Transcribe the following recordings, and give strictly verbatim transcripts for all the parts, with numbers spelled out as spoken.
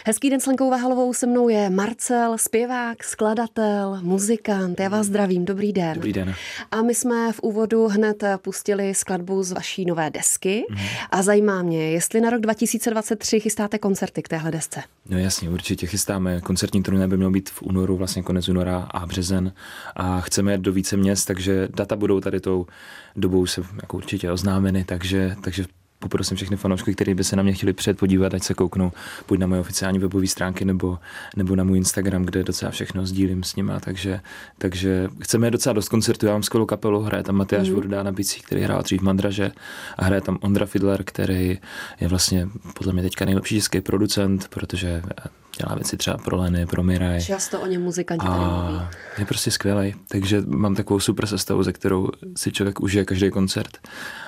Hezký den s Lenkou Vahalovou, se mnou je Marcel, zpěvák, skladatel, muzikant. Já vás zdravím, dobrý den. Dobrý den. A my jsme v úvodu hned pustili skladbu z vaší nové desky mm. a zajímá mě, jestli na rok dva tisíce dvacet tři chystáte koncerty k téhle desce. No jasně, určitě chystáme. Koncertní turné by mělo být v únoru, vlastně konec února a březen a chceme jet do více měst, takže data budou tady tou dobou se jako určitě oznámeny, takže, takže poprosím všechny fanoušky, kteří by se na mě chtěli přijet podívat, ať se kouknou buď na moje oficiální webové stránky nebo, nebo na můj Instagram, kde docela všechno sdílím s nima, takže, takže chceme docela dost koncertů. Já mám skvělou kapelu, hraje tam Matyáš mm. Vorda na bicích, který hrál dřív Mandraže, a hraje tam Ondra Fidler, který je vlastně podle mě teďka nejlepší český producent, protože dělá věci třeba pro Leny, pro Miraj. Často o něm muzikanti tady mluví. Je prostě skvělej, takže mám takovou super sestavu, ze kterou si člověk užije každý koncert.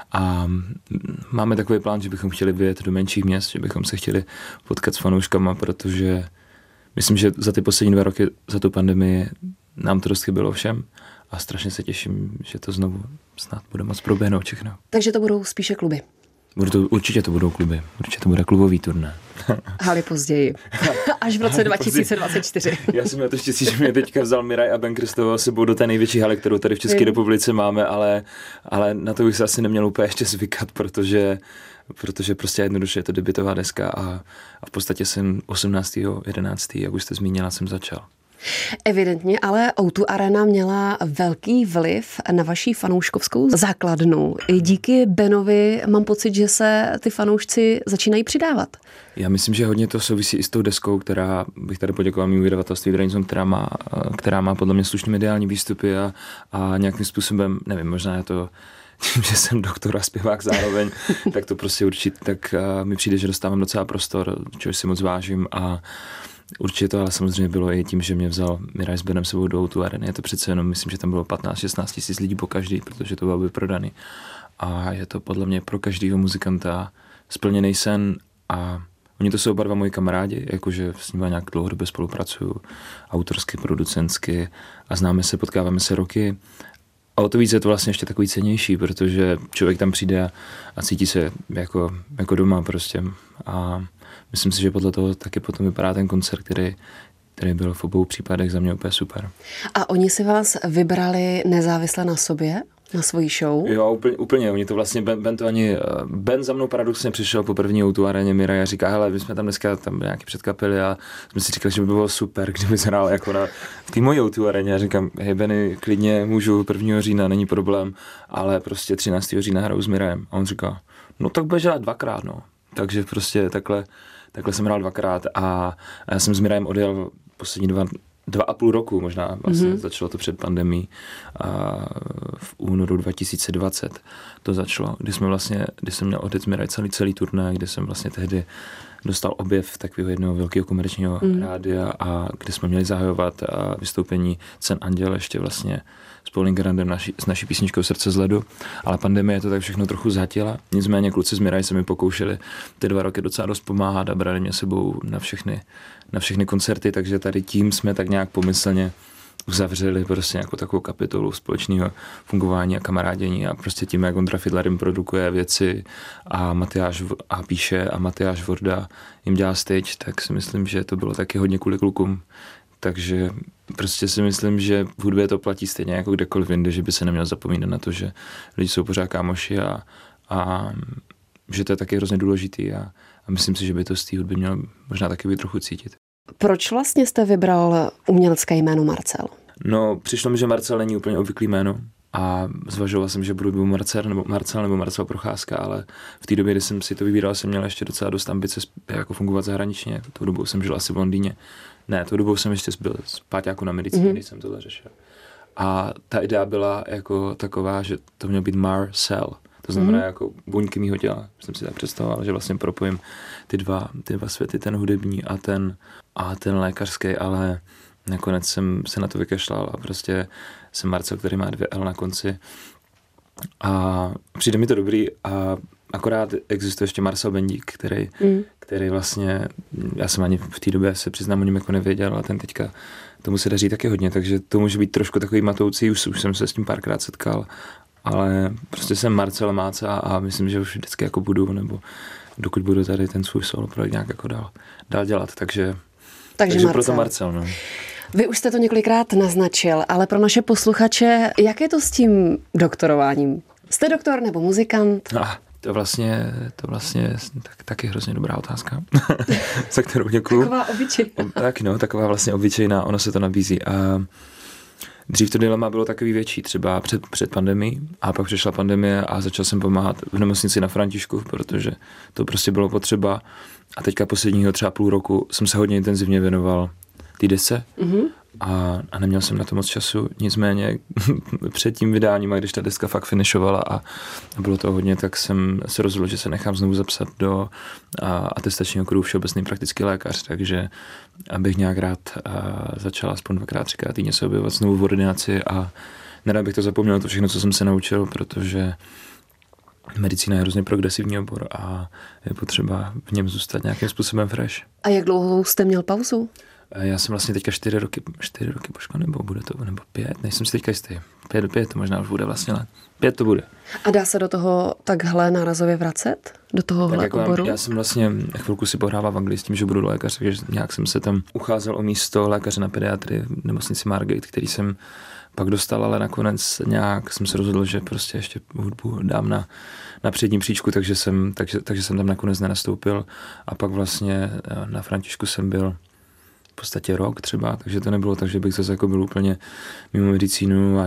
A máme takový plán, že bychom chtěli vyjet do menších měst, že bychom se chtěli potkat s fanouškama, protože myslím, že za ty poslední dva roky, za tu pandemii nám to dost chybělo všem a strašně se těším, že to znovu snad bude moc proběhnout všechno. Takže to budou spíše kluby. Bude to, určitě to budou kluby, určitě to bude klubový turné. Haly později, až v roce dva tisíce dvacet čtyři. Já jsem měl to štěstí, že mě teďka vzal Miraj a Ben Kristoval sebou do té největší haly, kterou tady v České republice máme, ale, ale na to bych se asi neměl úplně ještě zvykat, protože, protože prostě jednoduše je to debutová deska a, a v podstatě jsem osmnáctého jedenáctého jak už jste zmínila, jsem začal. Evidentně, ale ó dva Arena měla velký vliv na vaší fanouškovskou základnu. I díky Benovi mám pocit, že se ty fanoušci začínají přidávat. Já myslím, že hodně to souvisí i s tou deskou, která, bych tady poděkoval mému vydavatelství Drainzone, která má, která má podle mě slušný mediální výstupy a, a nějakým způsobem, nevím, možná je to tím, že jsem doktor a zpěvák zároveň, tak to prostě určitě, tak mi přijde, že dostávám docela prostor, čehož si moc vážím a určitě to ale samozřejmě bylo i tím, že mě vzal Miraj s Benem sebou do ó dva Areny. Je to přece jenom, myslím, že tam bylo patnáct šestnáct tisíc lidí po každý, protože to bylo vyprodaný. A je to podle mě pro každého muzikanta splněný sen a oni to jsou oba dva moji kamarádi, jakože s nimi nějak dlouhodobě spolupracuju, autorsky, producentsky a známe se, potkáváme se roky. A o to víc je to vlastně ještě takový cennější, protože člověk tam přijde a cítí se jako, jako doma prostě. A myslím si, že podle toho taky potom vypadá ten koncert, který, který byl v obou případech za mě úplně super. A oni si vás vybrali nezávisle na sobě? Na svojí show? Jo, úplně, úplně. Oni to vlastně, Ben, ben to ani, Ben za mnou paradoxně přišel po první ó dva Areně Miraj a říká, hele, my jsme tam dneska tam nějaký předkapili a jsme si říkali, že by bylo super, kdyby hrál jako na v té mojí ó dva Areně. A říkám, hej Benny, klidně můžu prvního října, není problém, ale prostě třináctého října hraju s Mirajem. A on říká, no tak budeš hrát dvakrát, no. Takže prostě takhle, takhle jsem hrál dvakrát a já jsem s Mirajem odjel poslední dva Dva a půl roku možná, vlastně mm-hmm. začalo to před pandemií a v únoru dva tisíce dvacet to začalo, kdy jsme vlastně, kdy jsem měl odjet Miraj celý, celý turné, kde jsem vlastně tehdy dostal objev takového jednoho velkého komerčního mm. rádia a kde jsme měli zahajovat vystoupení Cen Anděl ještě vlastně s Paulem Garandem naši, s naší písničkou Srdce z ledu, ale pandemie to tak všechno trochu zhatila. Nicméně kluci z Miraj se mi pokoušeli ty dva roky docela dost pomáhat a brali mě sebou na všechny, na všechny koncerty, takže tady tím jsme tak nějak pomyslně uzavřeli prostě nějakou takovou kapitolu společného fungování a kamarádění a prostě tím, jak Ondra Fidler jim produkuje věci a Matyáš a píše a Matyáš Vorda jim dělá stage, tak si myslím, že to bylo taky hodně kvůli klukům. Takže prostě si myslím, že v hudbě to platí stejně jako kdekoliv jinde, že by se neměl zapomínat na to, že lidi jsou pořád kámoši a, a že to je taky hrozně důležitý a, a myslím si, že by to z té hudby mělo možná taky být trochu cítit. Proč vlastně jste vybral umělecké jméno Marcel? No, přišlo mi, že Marcel není úplně obvyklý jméno a zvažoval jsem, že budu Marcel nebo Marcel nebo Marcel Procházka, ale v té době, kdy jsem si to vybíral, jsem měl ještě docela dost ambice jako fungovat zahraničně. Tou dobou jsem žil asi v Londýně. Ne, tou dobou jsem ještě byl z páťáku na medicíně, mm-hmm. když jsem tohle řešil. A ta idea byla jako taková, že to mělo být Marcel. To znamená mm-hmm. jako buňky mýho těla. Jsem si tak představoval, že vlastně propojím ty dva, ty dva světy, ten hudební a ten, a ten lékařský, ale nakonec jsem se na to vykašlal a prostě jsem Marcel, který má dvě L na konci. A přijde mi to dobrý a akorát existuje ještě Marcel Bendík, který, mm. který vlastně, já jsem ani v té době se přiznám o něm jako nevěděl, ale ten teďka tomu se daří taky hodně, takže to může být trošku takový matoucí, už, už jsem se s tím párkrát setkal, ale prostě jsem Marcel Máca a myslím, že už vždycky jako budu, nebo dokud budu tady ten svůj solo projekt nějak jako dál, dál dělat, takže, takže, takže Marcel. proto Marcel, no. Vy už jste to několikrát naznačil, ale pro naše posluchače, jak je to s tím doktorováním? Jste doktor nebo muzikant? Ah, to vlastně, to vlastně tak, taky hrozně dobrá otázka, za kterou děkuju. Taková obyčejná. Tak no, taková vlastně obyčejná, ono se to nabízí. A dřív to dilema bylo takový větší, třeba před, před pandemií, a pak přišla pandemie a začal jsem pomáhat v nemocnici na Františku, protože to prostě bylo potřeba. A teďka posledního třeba půl roku jsem se hodně intenzivně věnoval té desce mm-hmm. a, a neměl jsem na to moc času. Nicméně před tím vydáním, a když ta deska fakt finišovala a, a bylo to hodně, tak jsem se rozhodl, že se nechám znovu zapsat do a, atestačního kruhu všeobecný praktický lékař, takže abych nějak rád a, začal aspoň dvakrát, třikrát týdně se objevovat znovu v ordinaci a nerad bych to zapomněl, to všechno, co jsem se naučil, protože medicína je hrozně progresivní obor a je potřeba v něm zůstat nějakým způsobem fresh. A jak dlouho jste měl pauzu? Já jsem vlastně teďka čtyři roky, čtyři roky po škole, nebo bude to, nebo pět, nejsem si teďka jistý. Pět do pět, to možná už bude vlastně let. Pět to bude. A dá se do toho takhle nárazově vracet? Do tohohle tak jako oboru? Já jsem vlastně chvilku si pohrával v Anglii s tím, že budu lékař, takže nějak jsem se tam ucházel o místo lékaře na pediatrii v nemocnici Margate, který jsem pak dostal, ale nakonec nějak jsem se rozhodl, že prostě ještě hudbu dám na, na přední příčku, takže jsem, takže, takže jsem tam nakonec nenastoupil a pak vlastně na Františku jsem byl v podstatě rok třeba, takže to nebylo tak, že bych zase jako byl úplně mimo medicínu a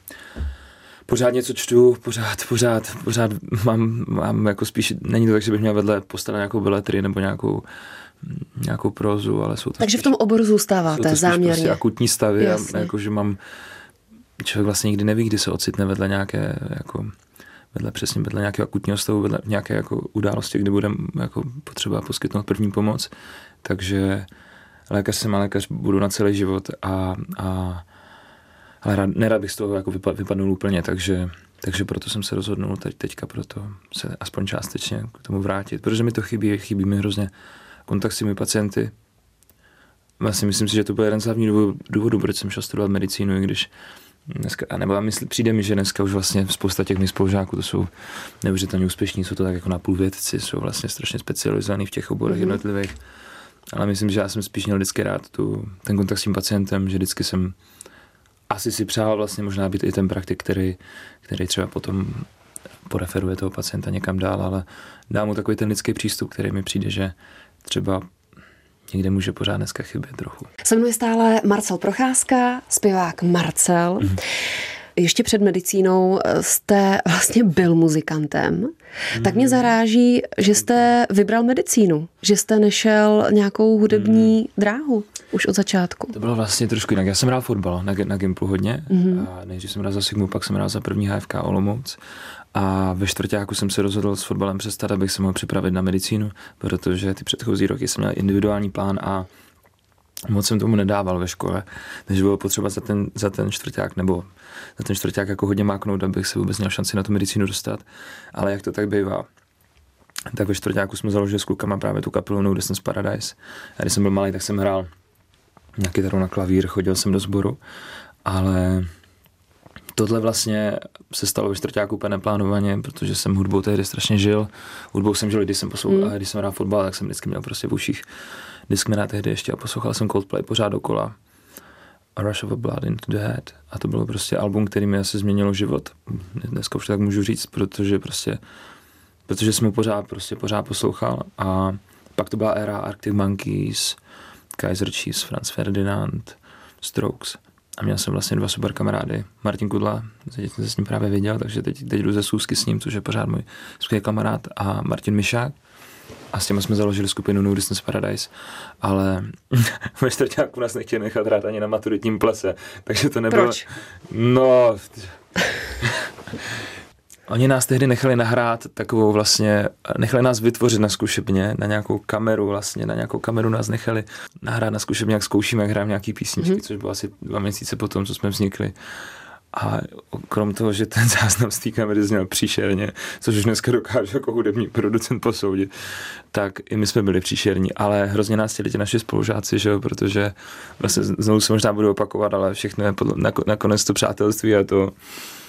pořád něco čtu, pořád, pořád, pořád mám, mám jako spíš, není to tak, že bych měl vedle postarat nějakou beletrii nebo nějakou nějakou prózu, ale jsou to takže spíš, v tom oboru zůstáváte jsou to záměrně. Prostě akutní stavy a Jasně. jako, že mám člověk vlastně nikdy neví, kdy se ocitne vedle nějaké jako vedle přesně vedle nějakého akutního stavu, vedle nějaké jako události, kdy budeme jako potřeba poskytnout první pomoc. Takže lékař jsem a lékař budu na celý život a, a ale rád, nerad bych z toho jako vypad, vypadnul úplně, takže, takže proto jsem se rozhodnul teď, teďka proto se aspoň částečně k tomu vrátit, protože mi to chybí, chybí mi hrozně kontakt s těmi pacienty. Vlastně myslím si, že to byl jeden z hlavních důvodů, důvodů, proč jsem šel studovat medicínu, i když dneska, nebo myslím, přijde mi, že dneska už vlastně spousta těch mých spolužáků, to jsou neuvěřitelně úspěšní, jsou to tak jako napůl vědci, jsou vlastně strašně specializovaní v těch oborech mm-hmm. jednotlivých. Ale myslím, že já jsem spíš měl vždycky rád tu, ten kontakt s tím pacientem, že vždycky jsem asi si přál vlastně možná být i ten praktik, který, který třeba potom poreferuje toho pacienta někam dál, ale dá mu takový ten lidský přístup, který mi přijde, že třeba někde může pořád dneska chybět trochu. Se mnou je stále Marcel Procházka, zpěvák Marcel. Mm. Ještě před medicínou jste vlastně byl muzikantem. Mm. Tak mě zaráží, že jste vybral medicínu, že jste nešel nějakou hudební mm. dráhu už od začátku. To bylo vlastně trošku jinak. Já jsem hrál fotbal na, na Gimplu hodně. Mm. A nejdřív jsem hrál za Sigmu, pak jsem hrál za první H F K Olomouc. A ve čtvrťáku jsem se rozhodl s fotbalem přestat, abych se mohl připravit na medicínu, protože ty předchozí roky jsem měl individuální plán a moc jsem tomu nedával ve škole, takže bylo potřeba za ten, za ten čtvrťák nebo za ten čtvrťák jako hodně máknout, abych se vůbec měl šanci na tu medicínu dostat. Ale jak to tak bývá, tak ve čtvrťáku jsme založili s klukama právě tu kapelu No Distance Paradise. A když jsem byl malý, tak jsem hrál na kytaru, na klavír, chodil jsem do sboru, ale tohle vlastně se stalo ve čtvrťáku úplně neplánovaně, protože jsem hudbou tehdy strašně žil. Hudbou jsem žil, když jsem poslouchal, mm. když jsem hrál fotbal, tak jsem vždycky měl prostě v uších Discmana tehdy ještě a poslouchal jsem Coldplay pořád dokola. A Rush of a Blood into the Head. A to bylo prostě album, který mi asi změnilo život. Dneska už tak můžu říct, protože prostě protože jsem ho pořád, prostě pořád poslouchal. A pak to byla éra Arctic Monkeys, Kaiser Chiefs, Franz Ferdinand, Strokes. A měl jsem vlastně dva super kamarády. Martin Kudla, teď jsem se s ním právě viděl, takže teď, teď jdu ze schůzky s ním, což je pořád můj skvělý kamarád, a Martin Mišák. A s těmi jsme založili skupinu No Distance Paradise, ale ve čtvrťáku nás nechtěli nechat hrát ani na maturitním plese, takže to nebylo... Proč? No... Oni nás tehdy nechali nahrát takovou vlastně, nechali nás vytvořit na zkušebně, na nějakou kameru vlastně, na nějakou kameru nás nechali nahrát na zkušebně, jak zkoušíme, jak hrajeme nějaký písničky, mm-hmm. což bylo asi dva měsíce potom, co jsme vznikli. A krom toho, že ten záznam z té kamery zněl příšerně, což už dneska dokážu jako hudební producent posoudit, tak i my jsme byli příšerní, ale hrozně nás chtěli ti naši spolužáci, že jo, protože vlastně znovu se možná budu opakovat, ale všechno je podle, nakonec to přátelství a to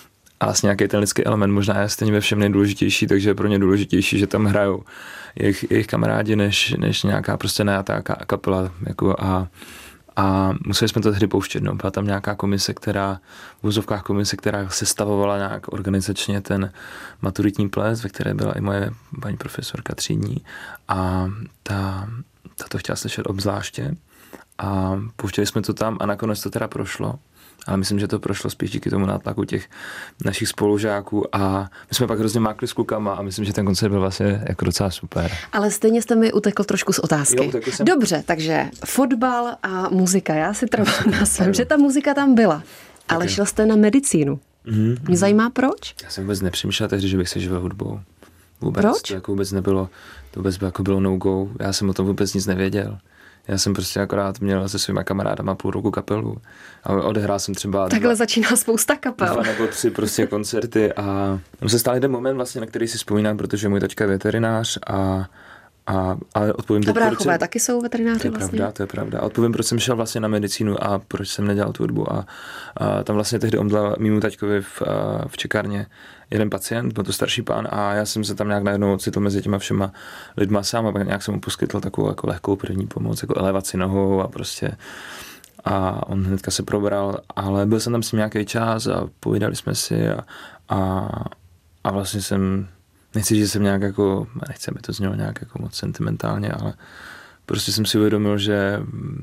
a vlastně nějaký ten lidský element možná je stejně ve všem nejdůležitější, takže je pro ně důležitější, že tam hrajou jejich, jejich kamarádi, než, než nějaká prostě najatá kapela. Jako a, a museli jsme to tehdy pouštět. No. Byla tam nějaká komise, která, v úzovkách komise, která sestavovala nějak organizačně ten maturitní ples, ve které byla i moje paní profesorka třídní a ta, ta to chtěla slyšet obzvláště. A pouštěli jsme to tam a nakonec to teda prošlo. Ale myslím, že to prošlo spíš díky tomu nátlaku těch našich spolužáků a my jsme pak hrozně mákli s klukama a myslím, že ten koncert byl vlastně jako docela super. Ale stejně jste mi utekl trošku z otázky. Jo, jsem... Dobře, takže fotbal a muzika. Já si trvám na svém, že ta muzika tam byla. Ale okay. Šel jste na medicínu. Mm-hmm. Mě zajímá proč? Já jsem vůbec nepřemýšlel tehdy, že bych se živil hudbou. Vůbec. Proč? To jako vůbec nebylo, to vůbec bylo, jako bylo no-go. Já jsem o tom vůbec nic nevěděl. Já jsem prostě akorát měl se svýma kamarádama půl roku kapelu a odehrál jsem třeba... Takhle dva, začíná spousta kapel. Dva nebo tři prostě koncerty a tam se stál jeden moment vlastně, na který si vzpomínám, protože můj tačka je veterinář a A, ale odpovím teď, proč jsem... taky jsou veterináři to je vlastně. Pravda, to je pravda. A odpovím, proč jsem šel vlastně na medicínu a proč jsem nedělal tu hudbu. A, a tam vlastně tehdy omdlel mému taťkovi v, v čekárně jeden pacient, byl to starší pán a já jsem se tam nějak najednou ocitl mezi těma všema lidma sám a pak nějak jsem mu poskytl takovou jako lehkou první pomoc, jako elevaci nohou a prostě a on hnedka se probral, ale byl jsem tam s ním nějaký čas a povídali jsme si a, a, a vlastně jsem nechci, že jsem nějak jako, nechci, aby to znělo nějak jako moc sentimentálně, ale prostě jsem si uvědomil, že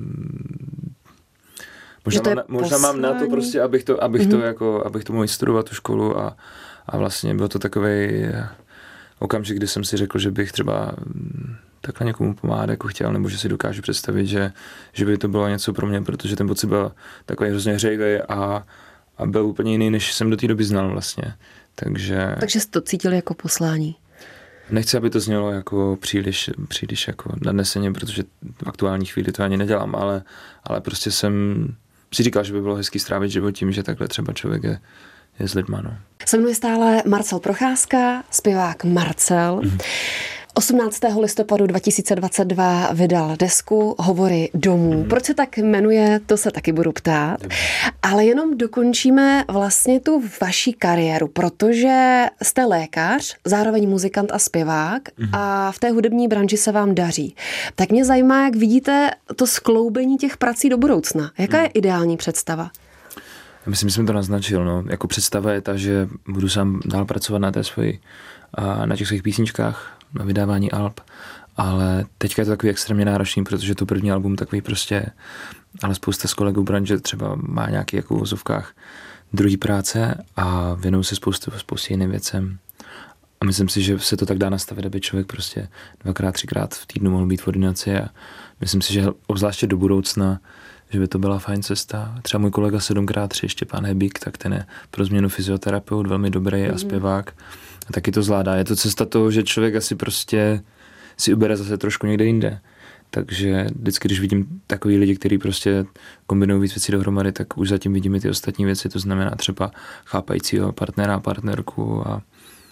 možná, že mám, možná mám na to prostě, abych to, abych mm-hmm. to jako, abych to mohl studovat tu školu a, a vlastně byl to takovej okamžik, kdy jsem si řekl, že bych třeba takhle někomu pomáhat jako chtěl, nebo že si dokážu představit, že, že by to bylo něco pro mě, protože ten pocit byl takový hrozně hřejivý a, a byl úplně jiný, než jsem do té doby znal vlastně. Takže, Takže jsi to cítil jako poslání? Nechci, aby to znělo jako příliš, příliš jako nadneseně, protože v aktuální chvíli to ani nedělám, ale, ale prostě jsem si říkal, že by bylo hezký strávit život tím, že takhle třeba člověk je, je s lidma. No. Se mnou je stále Marcel Procházka, zpěvák Marcel. Mm. osmnáctého listopadu dva tisíce dvacet dva vydal desku Hovory domů. Mm. Proč se tak jmenuje, to se taky budu ptát. Dobře. Ale jenom dokončíme vlastně tu vaši kariéru, protože jste lékař, zároveň muzikant a zpěvák mm. a v té hudební branži se vám daří. Tak mě zajímá, jak vidíte to skloubení těch prací do budoucna. Jaká mm. je ideální představa? Já myslím, že jsem to naznačil. No. Jako představa je ta, že budu sám dál pracovat na té svoji, na těch svých písničkách, na vydávání alb, ale teďka je to takový extrémně náročný, protože to první album takový prostě, ale spousta z kolegů branže třeba má nějaký jako v vozovkách druhý práce a věnují se spoustu, spoustu jiným věcem. A myslím si, že se to tak dá nastavit, aby člověk prostě dvakrát, třikrát v týdnu mohl být v ordinaci a myslím si, že obzvláště do budoucna, že by to byla fajn cesta. Třeba můj kolega sedmkrát tři, Štěpán Hebík, tak ten je pro změnu fyzioterapeut, velmi dobrý mm. a zpěvák. A taky to zvládá. Je to cesta toho, že člověk asi prostě si ubere zase trošku někde jinde. Takže vždycky, když vidím takový lidi, kteří prostě kombinují víc věcí dohromady, tak už zatím vidím i ty ostatní věci, to znamená třeba chápajícího partnera a partnerku a,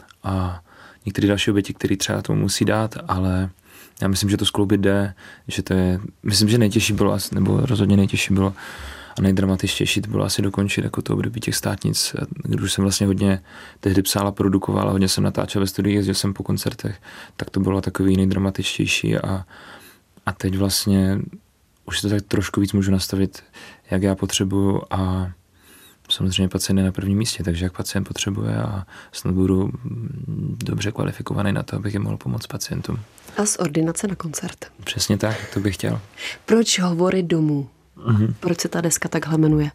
a některé další oběti, které třeba tomu musí dát, ale já myslím, že to skloubit jde, že to je, myslím, že nejtěžší bylo, nebo rozhodně nejtěžší bylo a nejdramatičtější to bylo asi dokončit jako to období těch státnic, když už jsem vlastně hodně tehdy psal a produkoval a hodně jsem natáčel ve studiích, jezdil jsem po koncertech, tak to bylo takový nejdramatičtější a, a teď vlastně už to tak trošku víc můžu nastavit, jak já potřebuju a samozřejmě pacient je na prvním místě, takže jak pacient potřebuje a snad budu dobře kvalifikovaný na to, abych jim mohl pomoct pacientům. A z ordinace na koncert. Přesně tak, to bych chtěl. Proč Hovory domů? Mm-hmm. Proč se ta deska takhle jmenuje?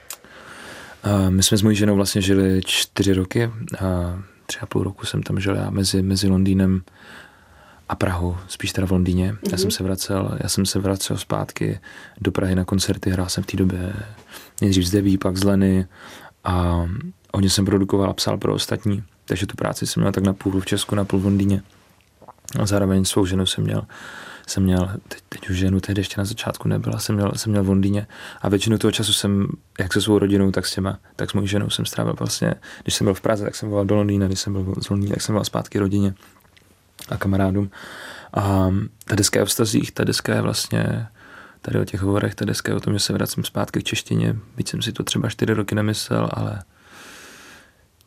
Uh, my jsme s mojí ženou vlastně žili čtyři roky a tři a půl roku jsem tam žil já mezi, mezi Londýnem a Prahou, spíš teda v Londýně. Mm-hmm. Já jsem se vracel, já jsem se vracel zpátky do Prahy na koncerty, hrál jsem v té době nejdřív z Deví, pak z Leny a hodně jsem produkoval a psal pro ostatní, takže tu práci jsem měl tak na půl v Česku, na půl v Londýně. A zároveň svou ženu jsem měl, jsem měl teď, teď už ženu, tehdy ještě na začátku nebyla, jsem měl, jsem měl v Londýně a většinu toho času jsem, jak se svou rodinou, tak s těma, tak s mojí ženou jsem strávil vlastně, když jsem byl v Praze, tak jsem volal do Londýna, když jsem byl z Londýna, tak jsem volal zpátky rodině a kamarádům. A ta deska je o vztazích, ta deska je vlastně tady o těch hovorech, ta deska je o tom, že se vracím zpátky k češtině, byť jsem si to třeba čtyři roky nemyslel, ale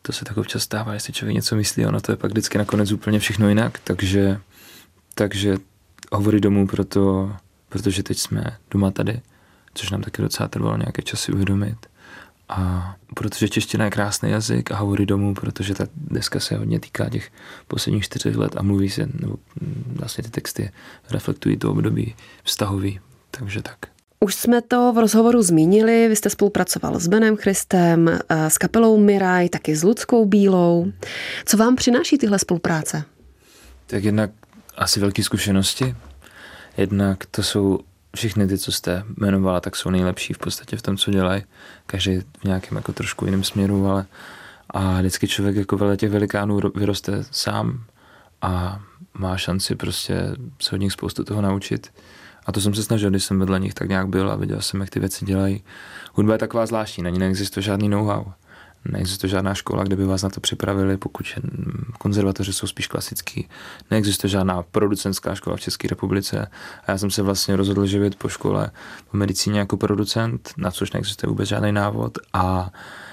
to se tak občas stává, jestli člověk něco myslí, ono to je pak vždycky nakonec úplně všechno jinak, takže, takže hovory domů proto, protože teď jsme doma tady, což nám taky docela trvalo nějaké časy uvědomit. A protože čeština je krásný jazyk a hovory domů, protože ta deska se hodně týká těch posledních čtyřech let a mluví se, nebo vlastně ty texty reflektují to období vztahový, takže tak. Už jsme to v rozhovoru zmínili, vy jste spolupracoval s Benem Christem, s kapelou Miraj, taky s Luckou Bílou. Co vám přináší tyhle spolupráce? Tak jednak asi velké zkušenosti, jednak to jsou všechny ty, co jste jmenovala, tak jsou nejlepší v podstatě v tom, co dělají. Každý v nějakém jako trošku jiném směru, ale a vždycky člověk jako vedle těch velikánů vyroste sám a má šanci prostě se od nich spoustu toho naučit. A to jsem se snažil, když jsem vedle nich tak nějak byl a viděl jsem, jak ty věci dělají. Hudba je taková zvláštní, na ní neexistuje žádný know-how. Neexistuje žádná škola, kde by vás na to připravili, pokud konzervatoře jsou spíš klasický. Neexistuje žádná producentská škola v České republice. A já jsem se vlastně rozhodl živit po škole po medicíně jako producent, na což neexistuje vůbec žádný návod. A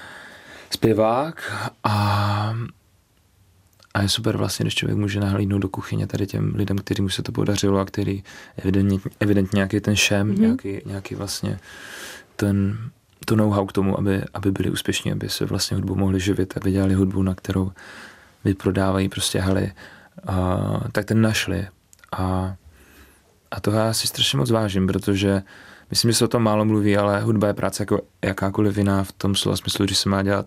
zpěvák a, a je super vlastně, když člověk může nahlídnout do kuchyně tady těm lidem, kterým se to podařilo a který evidentně, evidentně nějaký ten šém, mm-hmm. nějaký, nějaký vlastně ten to know-how k tomu, aby, aby byli úspěšní, aby se vlastně hudbu mohli živit, aby dělali hudbu, na kterou vyprodávají prostě haly, a, tak ten našli. A, a to já si strašně moc vážím, protože myslím, že se o tom málo mluví, ale hudba je práce jako jakákoliv jiná v tom slova smyslu, že se má dělat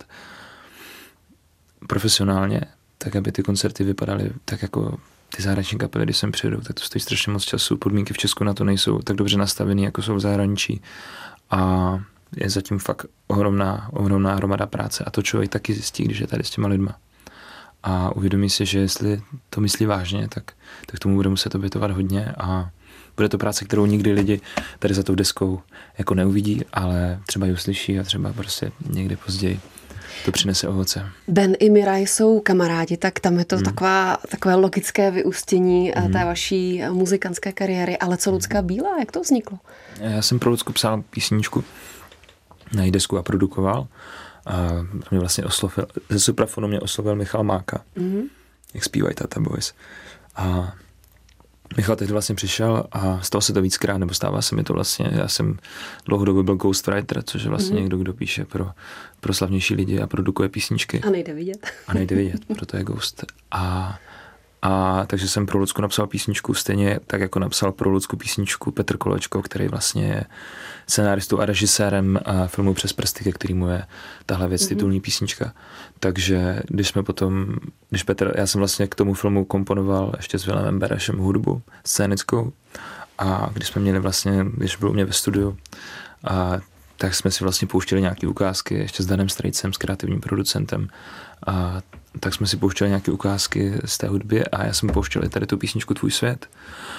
profesionálně, tak aby ty koncerty vypadaly tak jako ty zahraniční kapely, když sem přijedou, tak to stojí strašně moc času. Podmínky v Česku na to nejsou tak dobře nastavený, jako jsou v zahraničí. A je zatím fakt ohromná, ohromná hromada práce a to člověk taky zjistí, když je tady s těma lidma. A uvědomí si, že jestli to myslí vážně, tak, tak tomu bude muset obětovat hodně a bude to práce, kterou nikdy lidi tady za tou deskou jako neuvidí, ale třeba ji uslyší a třeba prostě někdy později to přinese ovoce. Ben i Miraj jsou kamarádi, tak tam je to hmm. taková, takové logické vyústění hmm. té vaší muzikantské kariéry, ale co Lucka Bílá, jak to vzniklo? Já jsem pro Lucku psal písničku na její desku a produkoval. A mě vlastně oslovil, ze suprafonu mě oslovil Michal Máka, mm-hmm. jak zpívají Tata Boys. A Michal tehdy vlastně přišel a stalo se to víckrát, nebo stává se mi to vlastně, já jsem dlouhodobě byl ghostwriter, což je vlastně mm-hmm. někdo, kdo píše pro, pro slavnější lidi a produkuje písničky. A nejde vidět. A nejde vidět, proto je ghost. A A takže jsem pro Lucku napsal písničku stejně tak, jako napsal pro Lucku písničku Petr Kolečko, který vlastně je scenáristou a režisérem a filmu Přes prsty, ke kterému je tahle věc, mm-hmm. titulní písnička. Takže když jsme potom, když Petr, já jsem vlastně k tomu filmu komponoval ještě s Vilemem Berešem hudbu scénickou a když jsme měli vlastně, když byl u mě ve studiu, a tak jsme si vlastně pouštěli nějaké ukázky ještě s Danem Strejcem, s kreativním producentem a tak jsme si pouštěli nějaké ukázky z té hudby a já jsem pouštěl i tady tu písničku Tvůj svět.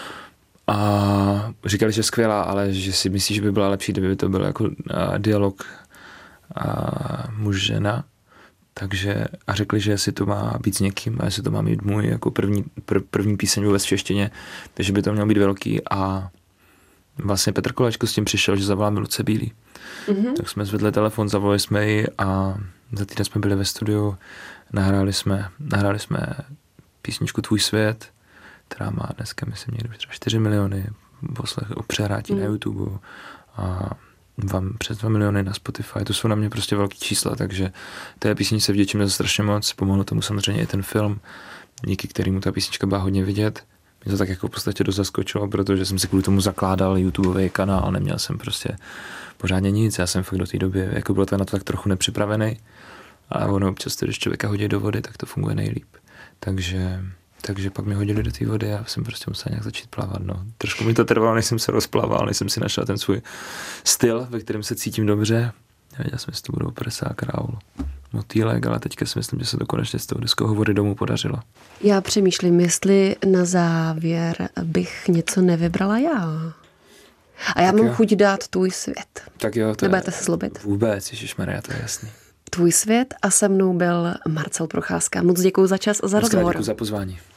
A říkali, že je skvělá, ale že si myslí, že by byla lepší, kdyby to byl jako a, dialog a, muž-žena. Takže a řekli, že jestli to má být s někým a jestli to má mít můj jako první, pr, první píseň vůbec v češtině, takže by to mělo být velký a vlastně Petr Kolečko s tím přišel, že zavoláme Luce Bílý. Mm-hmm. Tak jsme zvedli telefon, zavolali jsme ji a za týden jsme byli ve studiu, nahráli jsme, nahráli jsme písničku Tvůj svět, která má dneska, myslím, někdy už třeba čtyři miliony poslech o přehrátí mm. na YouTube a vám přes dva miliony na Spotify. To jsou na mě prostě velký čísla, takže té písničce se vděčím za strašně moc. Pomohlo tomu samozřejmě i ten film, díky kterému ta písnička byla hodně vidět. Mě to tak jako v podstatě dost zaskočilo, protože jsem si kvůli tomu zakládal YouTubeový kanál, neměl jsem prostě pořádně nic. Já jsem fakt do té doby, jako byl to na to tak trochu nepřipravený. A ono občas, když člověka hodí do vody, tak to funguje nejlíp. Takže, takže pak mě hodili do té vody a jsem prostě musel nějak začít plavat. No. Trošku mi to trvalo, než jsem se rozplaval, než jsem si našel ten svůj styl, ve kterém se cítím dobře. Nevěděl jsem, jestli to budou prsa, král, motýlek, ale teďka si myslím, že se to konečně z toho deskou Hovory domů podařilo. Já přemýšlím, jestli na závěr bych něco nevybrala já. A já tak mám jo. chuť dát Tvůj svět. Tak jo, to nebudete se zlobit. Vůbec, ježišmarja, to je jasný. Tvůj svět a se mnou byl Marcel Procházka. Moc děkuju za čas a za rozhovor. Děkuju za pozvání.